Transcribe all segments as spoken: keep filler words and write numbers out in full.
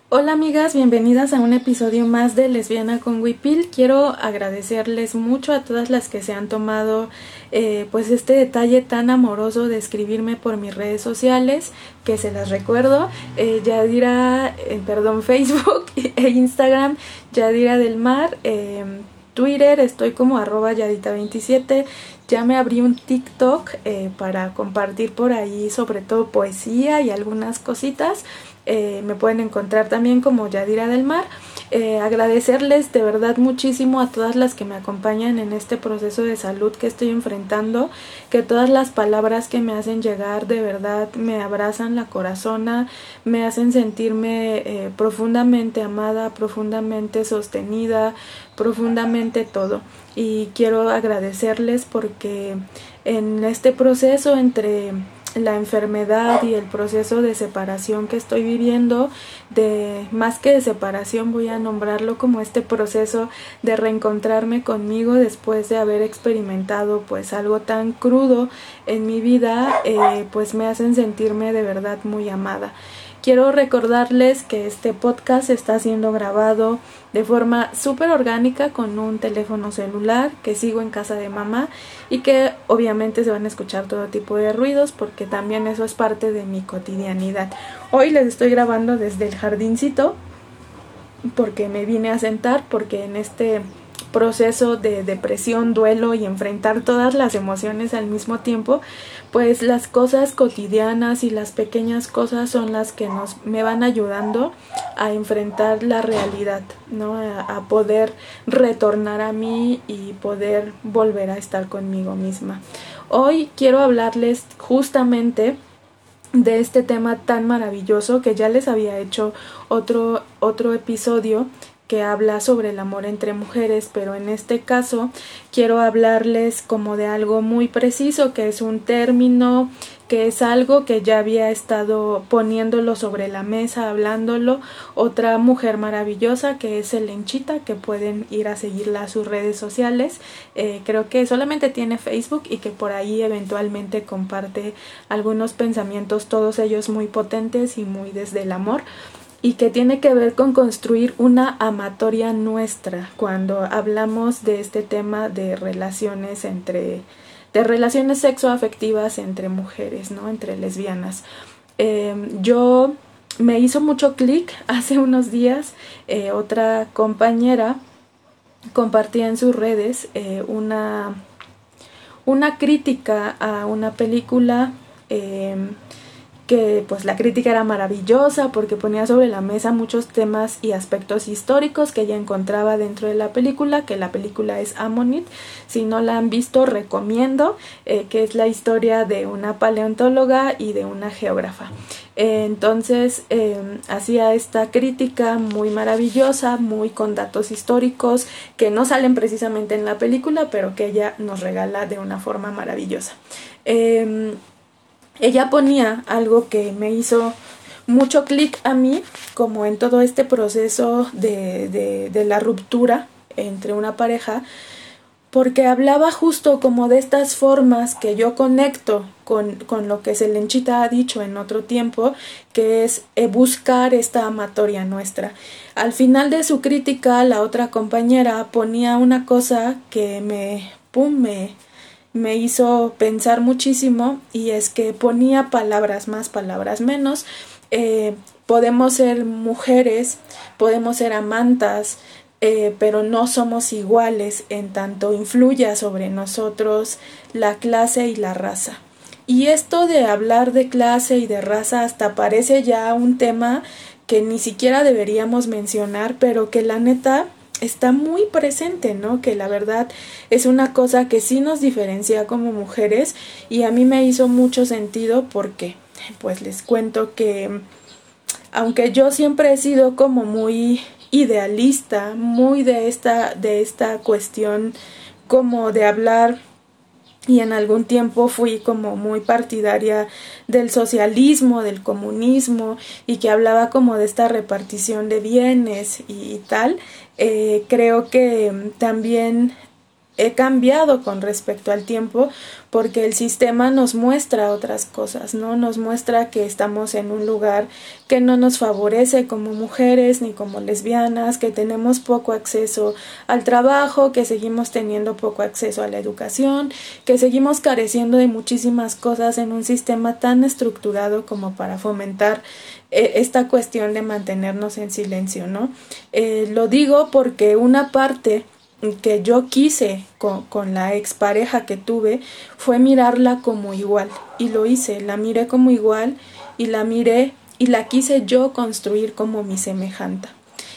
Hola amigas, bienvenidas a un episodio más de Lesbiana con Huipil. Quiero agradecerles mucho a todas las que se han tomado eh, pues este detalle tan amoroso de escribirme por mis redes sociales, que se las recuerdo, eh, Yadira, eh, perdón, Facebook e Instagram, Yadira del Mar, eh, Twitter, estoy como arroba yadita veintisiete. Ya me abrí un TikTok eh, para compartir por ahí sobre todo poesía y algunas cositas. Eh, me pueden encontrar también como Yadira del Mar. Eh, agradecerles de verdad muchísimo a todas las que me acompañan en este proceso de salud que estoy enfrentando, que todas las palabras que me hacen llegar de verdad me abrazan la corazona, me hacen sentirme eh, profundamente amada, profundamente sostenida, profundamente todo. Y quiero agradecerles porque en este proceso entre la enfermedad y el proceso de separación que estoy viviendo, de más que de separación voy a nombrarlo como este proceso de reencontrarme conmigo después de haber experimentado pues algo tan crudo en mi vida, eh, pues me hacen sentirme de verdad muy amada. Quiero recordarles que este podcast está siendo grabado de forma súper orgánica con un teléfono celular, que sigo en casa de mamá y que obviamente se van a escuchar todo tipo de ruidos porque también eso es parte de mi cotidianidad. Hoy les estoy grabando desde el jardincito porque me vine a sentar, porque en este proceso de depresión, duelo y enfrentar todas las emociones al mismo tiempo, pues las cosas cotidianas y las pequeñas cosas son las que nos me van ayudando a enfrentar la realidad, ¿no? A, a poder retornar a mí y poder volver a estar conmigo misma. Hoy quiero hablarles justamente de este tema tan maravilloso que ya les había hecho otro, otro episodio que habla sobre el amor entre mujeres, pero en este caso quiero hablarles como de algo muy preciso, que es un término, que es algo que ya había estado poniéndolo sobre la mesa, hablándolo, otra mujer maravillosa que es Elenchita, que pueden ir a seguirla a sus redes sociales. Eh, creo que solamente tiene Facebook y que por ahí eventualmente comparte algunos pensamientos, todos ellos muy potentes y muy desde el amor, y que tiene que ver con construir una amatoria nuestra cuando hablamos de este tema de relaciones entre de relaciones sexoafectivas entre mujeres, ¿no? Entre lesbianas. Eh, yo me hizo mucho clic hace unos días, eh, otra compañera compartía en sus redes eh, una, una crítica a una película eh, que pues la crítica era maravillosa porque ponía sobre la mesa muchos temas y aspectos históricos que ella encontraba dentro de la película, que la película es Ammonit. Si no la han visto, recomiendo, eh, que es la historia de una paleontóloga y de una geógrafa. Eh, entonces eh, hacía esta crítica muy maravillosa, muy con datos históricos que no salen precisamente en la película, pero que ella nos regala de una forma maravillosa. Eh, Ella ponía algo que me hizo mucho clic a mí, como en todo este proceso de, de, de la ruptura entre una pareja, porque hablaba justo como de estas formas que yo conecto con, con lo que Elenchita ha dicho en otro tiempo, que es eh, buscar esta amatoria nuestra. Al final de su crítica, la otra compañera ponía una cosa que me, pum, me... me hizo pensar muchísimo, y es que ponía palabras más, palabras menos. Eh, podemos ser mujeres, podemos ser amantas, eh, pero no somos iguales en tanto influya sobre nosotros la clase y la raza. Y esto de hablar de clase y de raza hasta parece ya un tema que ni siquiera deberíamos mencionar, pero que la neta está muy presente, ¿no? Que la verdad es una cosa que sí nos diferencia como mujeres, y a mí me hizo mucho sentido porque, pues les cuento que aunque yo siempre he sido como muy idealista, muy de esta, de esta cuestión como de hablar, y en algún tiempo fui como muy partidaria del socialismo, del comunismo, y que hablaba como de esta repartición de bienes y, y tal, eh, creo que también he cambiado con respecto al tiempo, porque el sistema nos muestra otras cosas, ¿no? Nos muestra que estamos en un lugar que no nos favorece como mujeres ni como lesbianas, que tenemos poco acceso al trabajo, que seguimos teniendo poco acceso a la educación, que seguimos careciendo de muchísimas cosas en un sistema tan estructurado como para fomentar eh, esta cuestión de mantenernos en silencio, ¿no? Eh, lo digo porque una parte que yo quise con, con la expareja que tuve fue mirarla como igual, y lo hice, la miré como igual y la miré y la quise yo construir como mi semejante,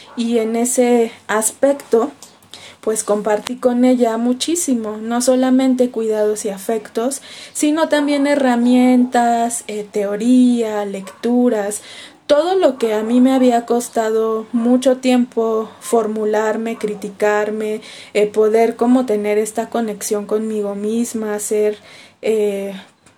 y en ese aspecto pues compartí con ella muchísimo, no solamente cuidados y afectos, sino también herramientas, eh, teoría, lecturas, todo lo que a mí me había costado mucho tiempo formularme, criticarme, eh, poder como tener esta conexión conmigo misma, ser eh,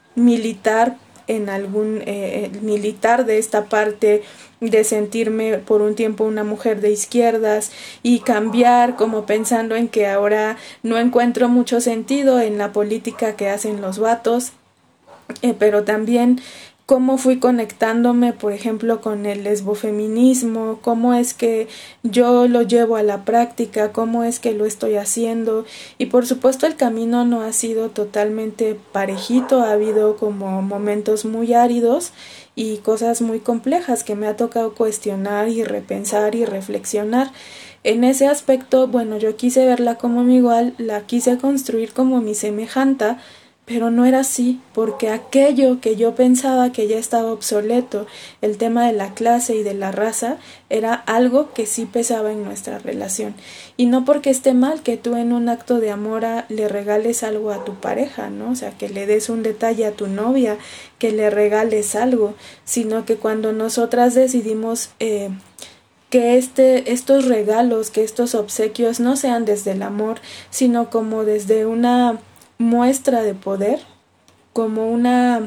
militar en algún eh, militar de esta parte de sentirme por un tiempo una mujer de izquierdas y cambiar como pensando en que ahora no encuentro mucho sentido en la política que hacen los vatos, eh, pero también cómo fui conectándome, por ejemplo, con el lesbofeminismo, cómo es que yo lo llevo a la práctica, cómo es que lo estoy haciendo. Y por supuesto el camino no ha sido totalmente parejito, ha habido como momentos muy áridos y cosas muy complejas que me ha tocado cuestionar y repensar y reflexionar. En ese aspecto, bueno, yo quise verla como mi igual, la quise construir como mi semejante, pero no era así, porque aquello que yo pensaba que ya estaba obsoleto, el tema de la clase y de la raza, era algo que sí pesaba en nuestra relación. Y no porque esté mal que tú en un acto de amor a, le regales algo a tu pareja, ¿no? O sea, que le des un detalle a tu novia, que le regales algo, sino que cuando nosotras decidimos eh, que este, estos regalos, que estos obsequios no sean desde el amor, sino como desde una muestra de poder, como una,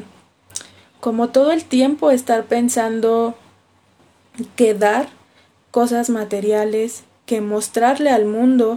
como todo el tiempo estar pensando que dar cosas materiales, que mostrarle al mundo,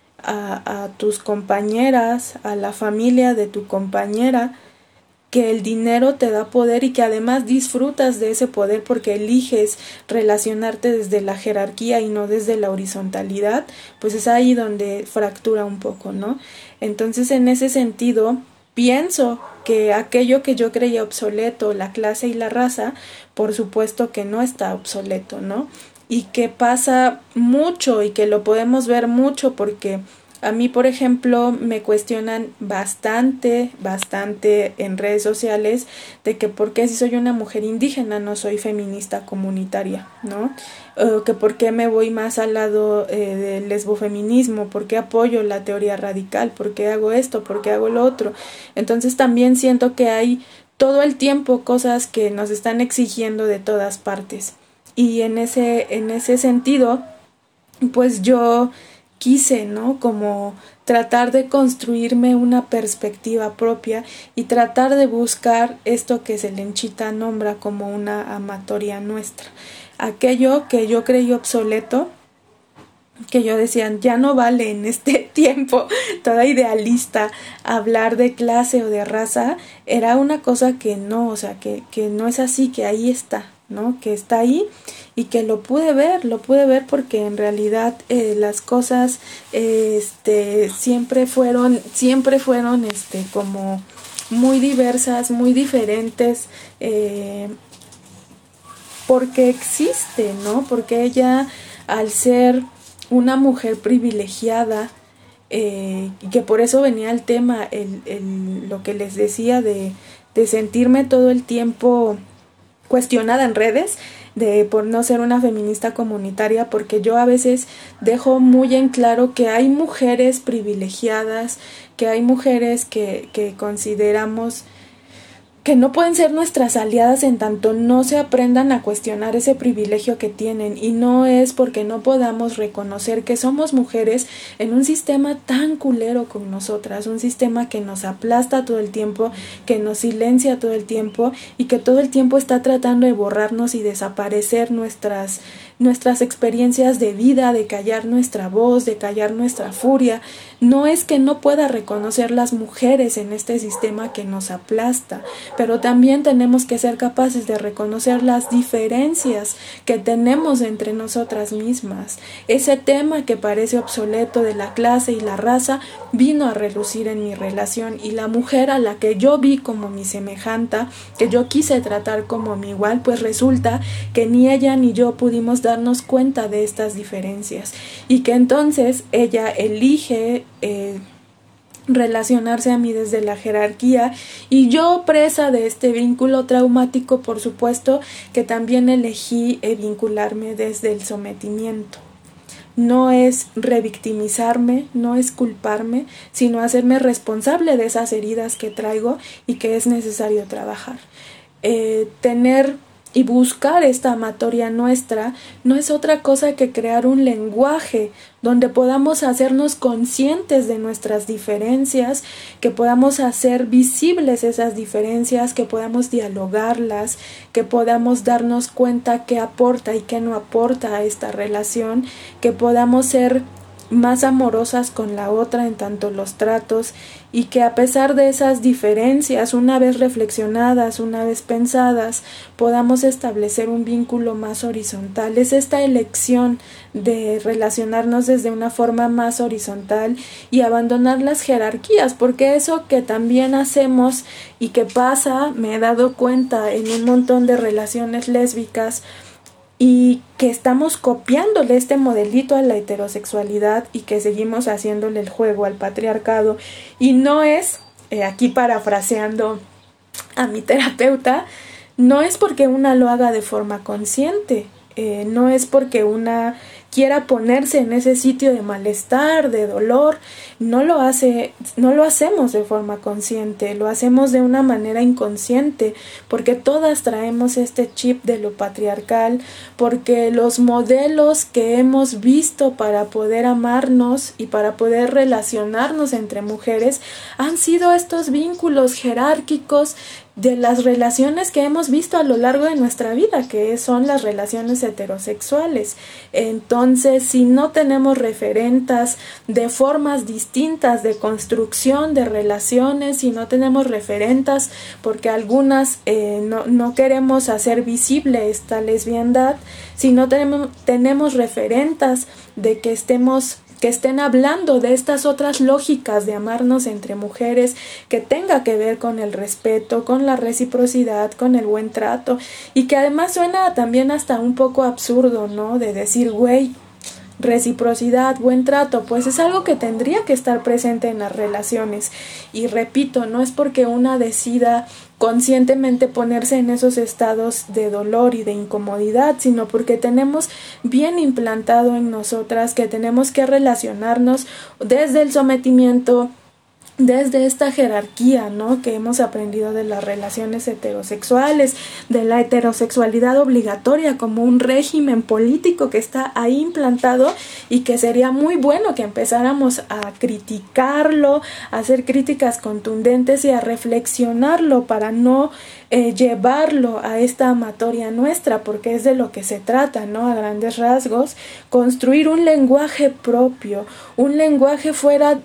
a, a tus compañeras, a la familia de tu compañera, que el dinero te da poder y que además disfrutas de ese poder porque eliges relacionarte desde la jerarquía y no desde la horizontalidad, pues es ahí donde fractura un poco, ¿no? Entonces, en ese sentido, pienso que aquello que yo creía obsoleto, la clase y la raza, por supuesto que no está obsoleto, ¿no? Y que pasa mucho y que lo podemos ver mucho porque a mí, por ejemplo, me cuestionan bastante, bastante en redes sociales de que por qué si soy una mujer indígena no soy feminista comunitaria, ¿no? O que por qué me voy más al lado eh, del lesbofeminismo, por qué apoyo la teoría radical, por qué hago esto, por qué hago lo otro. Entonces también siento que hay todo el tiempo cosas que nos están exigiendo de todas partes. Y en ese, en ese sentido, pues yo quise, ¿no? Como tratar de construirme una perspectiva propia y tratar de buscar esto que Selenchita nombra como una amatoria nuestra. Aquello que yo creí obsoleto, que yo decía, ya no vale en este tiempo, toda idealista, hablar de clase o de raza, era una cosa que no, o sea, que, que no es así, que ahí está, ¿no? Que está ahí y que lo pude ver, lo pude ver porque en realidad eh, las cosas eh, este siempre fueron, siempre fueron este como muy diversas, muy diferentes, eh, porque existe, ¿no? Porque ella, al ser una mujer privilegiada, eh, y que por eso venía el tema, el, el, lo que les decía de, de sentirme todo el tiempo cuestionada en redes, de por no ser una feminista comunitaria, porque yo a veces dejo muy en claro que hay mujeres privilegiadas, que hay mujeres que, que consideramos que no pueden ser nuestras aliadas en tanto no se aprendan a cuestionar ese privilegio que tienen, y no es porque no podamos reconocer que somos mujeres en un sistema tan culero con nosotras, un sistema que nos aplasta todo el tiempo, que nos silencia todo el tiempo y que todo el tiempo está tratando de borrarnos y desaparecer nuestras nuestras experiencias de vida, de callar nuestra voz, de callar nuestra furia. No es que no pueda reconocer las mujeres en este sistema que nos aplasta, pero también tenemos que ser capaces de reconocer las diferencias que tenemos entre nosotras mismas. Ese tema que parece obsoleto de la clase y la raza vino a relucir en mi relación, y la mujer a la que yo vi como mi semejanta, que yo quise tratar como mi igual, pues resulta que ni ella ni yo pudimos darnos cuenta de estas diferencias, y que entonces ella elige eh, relacionarse a mí desde la jerarquía, y yo, presa de este vínculo traumático, por supuesto que también elegí eh, vincularme desde el sometimiento. No es revictimizarme, no es culparme, sino hacerme responsable de esas heridas que traigo y que es necesario trabajar. Eh, tener y buscar esta amatoria nuestra no es otra cosa que crear un lenguaje donde podamos hacernos conscientes de nuestras diferencias, que podamos hacer visibles esas diferencias, que podamos dialogarlas, que podamos darnos cuenta qué aporta y qué no aporta a esta relación, que podamos ser más amorosas con la otra en tanto los tratos, y que a pesar de esas diferencias, una vez reflexionadas, una vez pensadas, podamos establecer un vínculo más horizontal. Es esta elección de relacionarnos desde una forma más horizontal y abandonar las jerarquías, porque eso que también hacemos y que pasa, me he dado cuenta en un montón de relaciones lésbicas, y que estamos copiándole este modelito a la heterosexualidad y que seguimos haciéndole el juego al patriarcado. Y no es, eh, aquí parafraseando a mi terapeuta, no es porque una lo haga de forma consciente, eh, no es porque una quiera ponerse en ese sitio de malestar, de dolor, no lo hace, no lo hacemos de forma consciente, lo hacemos de una manera inconsciente, porque todas traemos este chip de lo patriarcal, porque los modelos que hemos visto para poder amarnos y para poder relacionarnos entre mujeres han sido estos vínculos jerárquicos de las relaciones que hemos visto a lo largo de nuestra vida, que son las relaciones heterosexuales. Entonces, si no tenemos referentas de formas distintas de construcción de relaciones, si no tenemos referentas porque algunas eh, no, no queremos hacer visible esta lesbiandad, si no tenemos, tenemos referentas de que estemos que estén hablando de estas otras lógicas de amarnos entre mujeres, que tenga que ver con el respeto, con la reciprocidad, con el buen trato, y que además suena también hasta un poco absurdo, ¿no? De decir, güey, reciprocidad, buen trato, pues es algo que tendría que estar presente en las relaciones. Y repito, no es porque una decida conscientemente ponerse en esos estados de dolor y de incomodidad, sino porque tenemos bien implantado en nosotras que tenemos que relacionarnos desde el sometimiento, desde esta jerarquía, ¿no?, que hemos aprendido de las relaciones heterosexuales, de la heterosexualidad obligatoria como un régimen político que está ahí implantado y que sería muy bueno que empezáramos a criticarlo, a hacer críticas contundentes y a reflexionarlo para no eh, llevarlo a esta amatoria nuestra, porque es de lo que se trata, ¿no?, a grandes rasgos, construir un lenguaje propio, un lenguaje fuera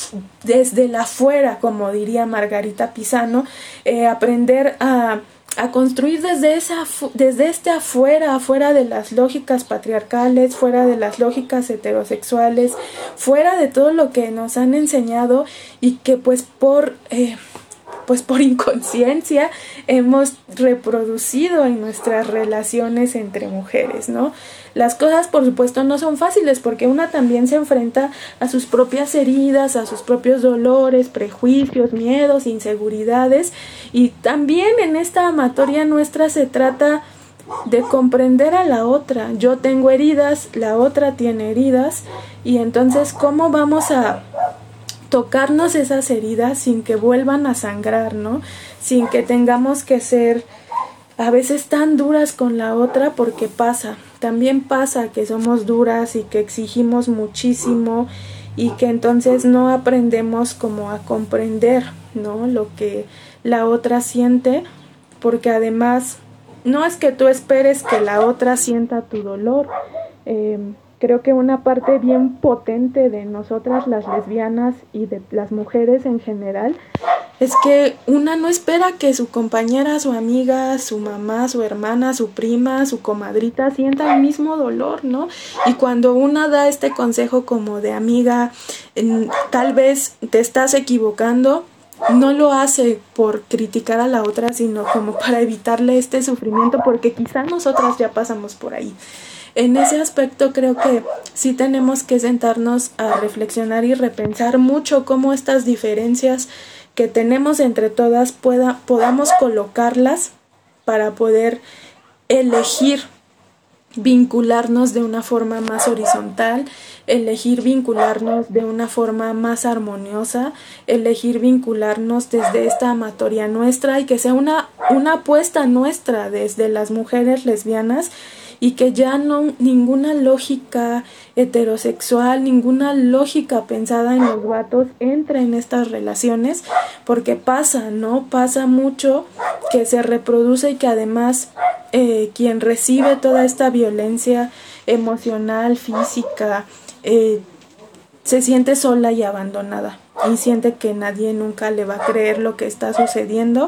desde la afuera, como diría Margarita Pisano, eh, aprender a, a construir desde, esa, desde este afuera, afuera de las lógicas patriarcales, fuera de las lógicas heterosexuales, fuera de todo lo que nos han enseñado y que pues por... Eh, pues por inconsciencia hemos reproducido en nuestras relaciones entre mujeres, ¿no? Las cosas, por supuesto, no son fáciles porque una también se enfrenta a sus propias heridas, a sus propios dolores, prejuicios, miedos, inseguridades, y también en esta amatoria nuestra se trata de comprender a la otra. Yo tengo heridas, la otra tiene heridas, y entonces, ¿cómo vamos a tocarnos esas heridas sin que vuelvan a sangrar, ¿no? Sin que tengamos que ser a veces tan duras con la otra, porque pasa, también pasa que somos duras y que exigimos muchísimo y que entonces no aprendemos como a comprender, ¿no? Lo que la otra siente, porque además no es que tú esperes que la otra sienta tu dolor. Eh, creo que una parte bien potente de nosotras las lesbianas y de las mujeres en general es que una no espera que su compañera, su amiga, su mamá, su hermana, su prima, su comadrita sienta el mismo dolor, ¿no? Y cuando una da este consejo como de amiga, tal vez te estás equivocando, no lo hace por criticar a la otra, sino como para evitarle este sufrimiento, porque quizá nosotras ya pasamos por ahí. En ese aspecto creo que sí tenemos que sentarnos a reflexionar y repensar mucho cómo estas diferencias que tenemos entre todas pueda, podamos colocarlas para poder elegir vincularnos de una forma más horizontal, elegir vincularnos de una forma más armoniosa, elegir vincularnos desde esta amatoria nuestra y que sea una, una apuesta nuestra desde las mujeres lesbianas, y que ya no ninguna lógica heterosexual, ninguna lógica pensada en los vatos entre en estas relaciones, porque pasa, ¿no? Pasa mucho que se reproduce y que además eh, quien recibe toda esta violencia emocional, física, eh, se siente sola y abandonada y siente que nadie nunca le va a creer lo que está sucediendo,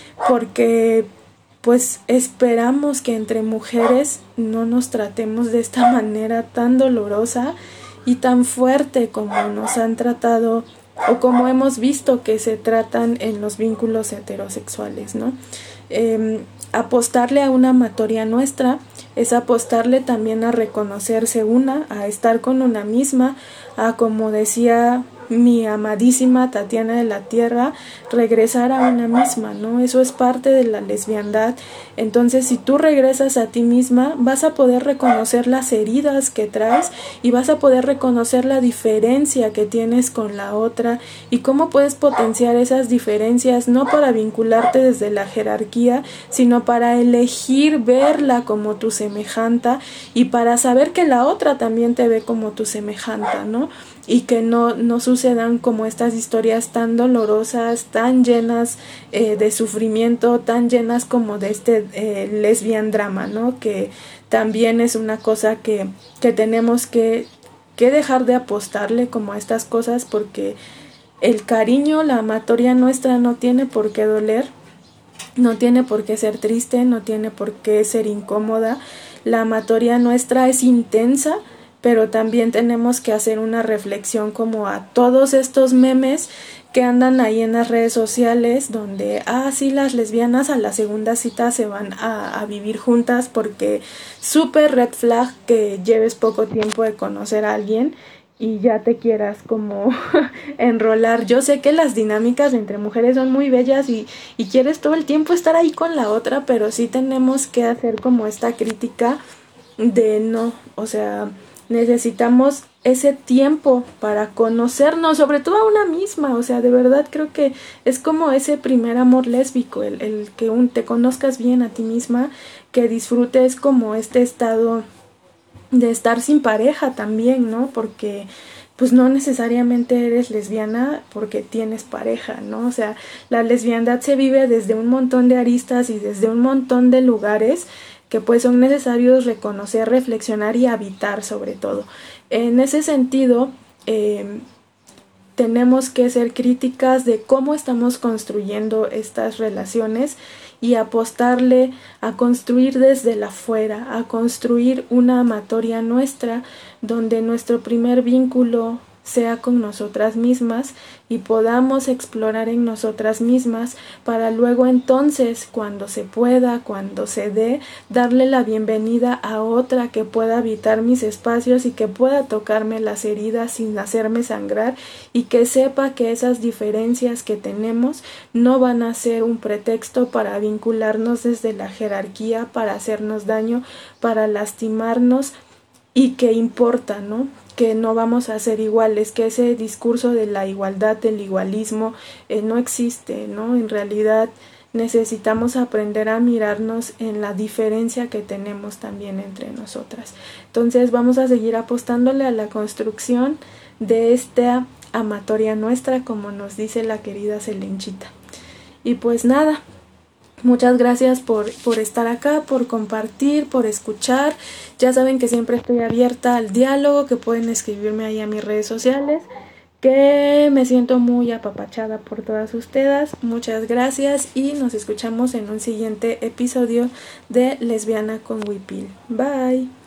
porque pues esperamos que entre mujeres no nos tratemos de esta manera tan dolorosa y tan fuerte como nos han tratado o como hemos visto que se tratan en los vínculos heterosexuales, ¿no? Eh, apostarle a una amatoria nuestra es apostarle también a reconocerse una, a estar con una misma, a, como decía mi amadísima Tatiana de la Tierra, regresar a una misma, ¿no? Eso es parte de la lesbiandad. Entonces, si tú regresas a ti misma, vas a poder reconocer las heridas que traes y vas a poder reconocer la diferencia que tienes con la otra y cómo puedes potenciar esas diferencias, no para vincularte desde la jerarquía, sino para elegir verla como tu semejanta y para saber que la otra también te ve como tu semejanta, ¿no? Y que no, no sucedan como estas historias tan dolorosas, tan llenas eh, de sufrimiento, tan llenas como de este eh, lesbian drama, ¿no? Que también es una cosa que, que tenemos que, que dejar de apostarle como a estas cosas, porque el cariño, la amatoria nuestra no tiene por qué doler, no tiene por qué ser triste, no tiene por qué ser incómoda. La amatoria nuestra es intensa, pero también tenemos que hacer una reflexión como a todos estos memes que andan ahí en las redes sociales donde, ah, sí, las lesbianas a la segunda cita se van a, a vivir juntas, porque súper red flag que lleves poco tiempo de conocer a alguien y ya te quieras como enrolar. Yo sé que las dinámicas entre mujeres son muy bellas y, y quieres todo el tiempo estar ahí con la otra, pero sí tenemos que hacer como esta crítica de no, o sea, necesitamos ese tiempo para conocernos, sobre todo a una misma. O sea, de verdad creo que es como ese primer amor lésbico, el, el que un, te conozcas bien a ti misma, que disfrutes como este estado de estar sin pareja también, ¿no? Porque pues no necesariamente eres lesbiana porque tienes pareja, ¿no? O sea, la lesbiandad se vive desde un montón de aristas y desde un montón de lugares que pues son necesarios reconocer, reflexionar y habitar sobre todo. En ese sentido, eh, tenemos que ser críticas de cómo estamos construyendo estas relaciones y apostarle a construir desde la fuera, a construir una amatoria nuestra, donde nuestro primer vínculo sea con nosotras mismas y podamos explorar en nosotras mismas para luego entonces, cuando se pueda, cuando se dé, darle la bienvenida a otra que pueda habitar mis espacios y que pueda tocarme las heridas sin hacerme sangrar, y que sepa que esas diferencias que tenemos no van a ser un pretexto para vincularnos desde la jerarquía, para hacernos daño, para lastimarnos, y que importa, ¿no? Que no vamos a ser iguales, que ese discurso de la igualdad, del igualismo, eh, no existe, ¿no? En realidad necesitamos aprender a mirarnos en la diferencia que tenemos también entre nosotras. Entonces vamos a seguir apostándole a la construcción de esta amatoria nuestra, como nos dice la querida Selenchita. Y pues nada, muchas gracias por, por estar acá, por compartir, por escuchar. Ya saben que siempre estoy abierta al diálogo, que pueden escribirme ahí a mis redes sociales, que me siento muy apapachada por todas ustedes. Muchas gracias y nos escuchamos en un siguiente episodio de Lesbiana con Huipil. Bye.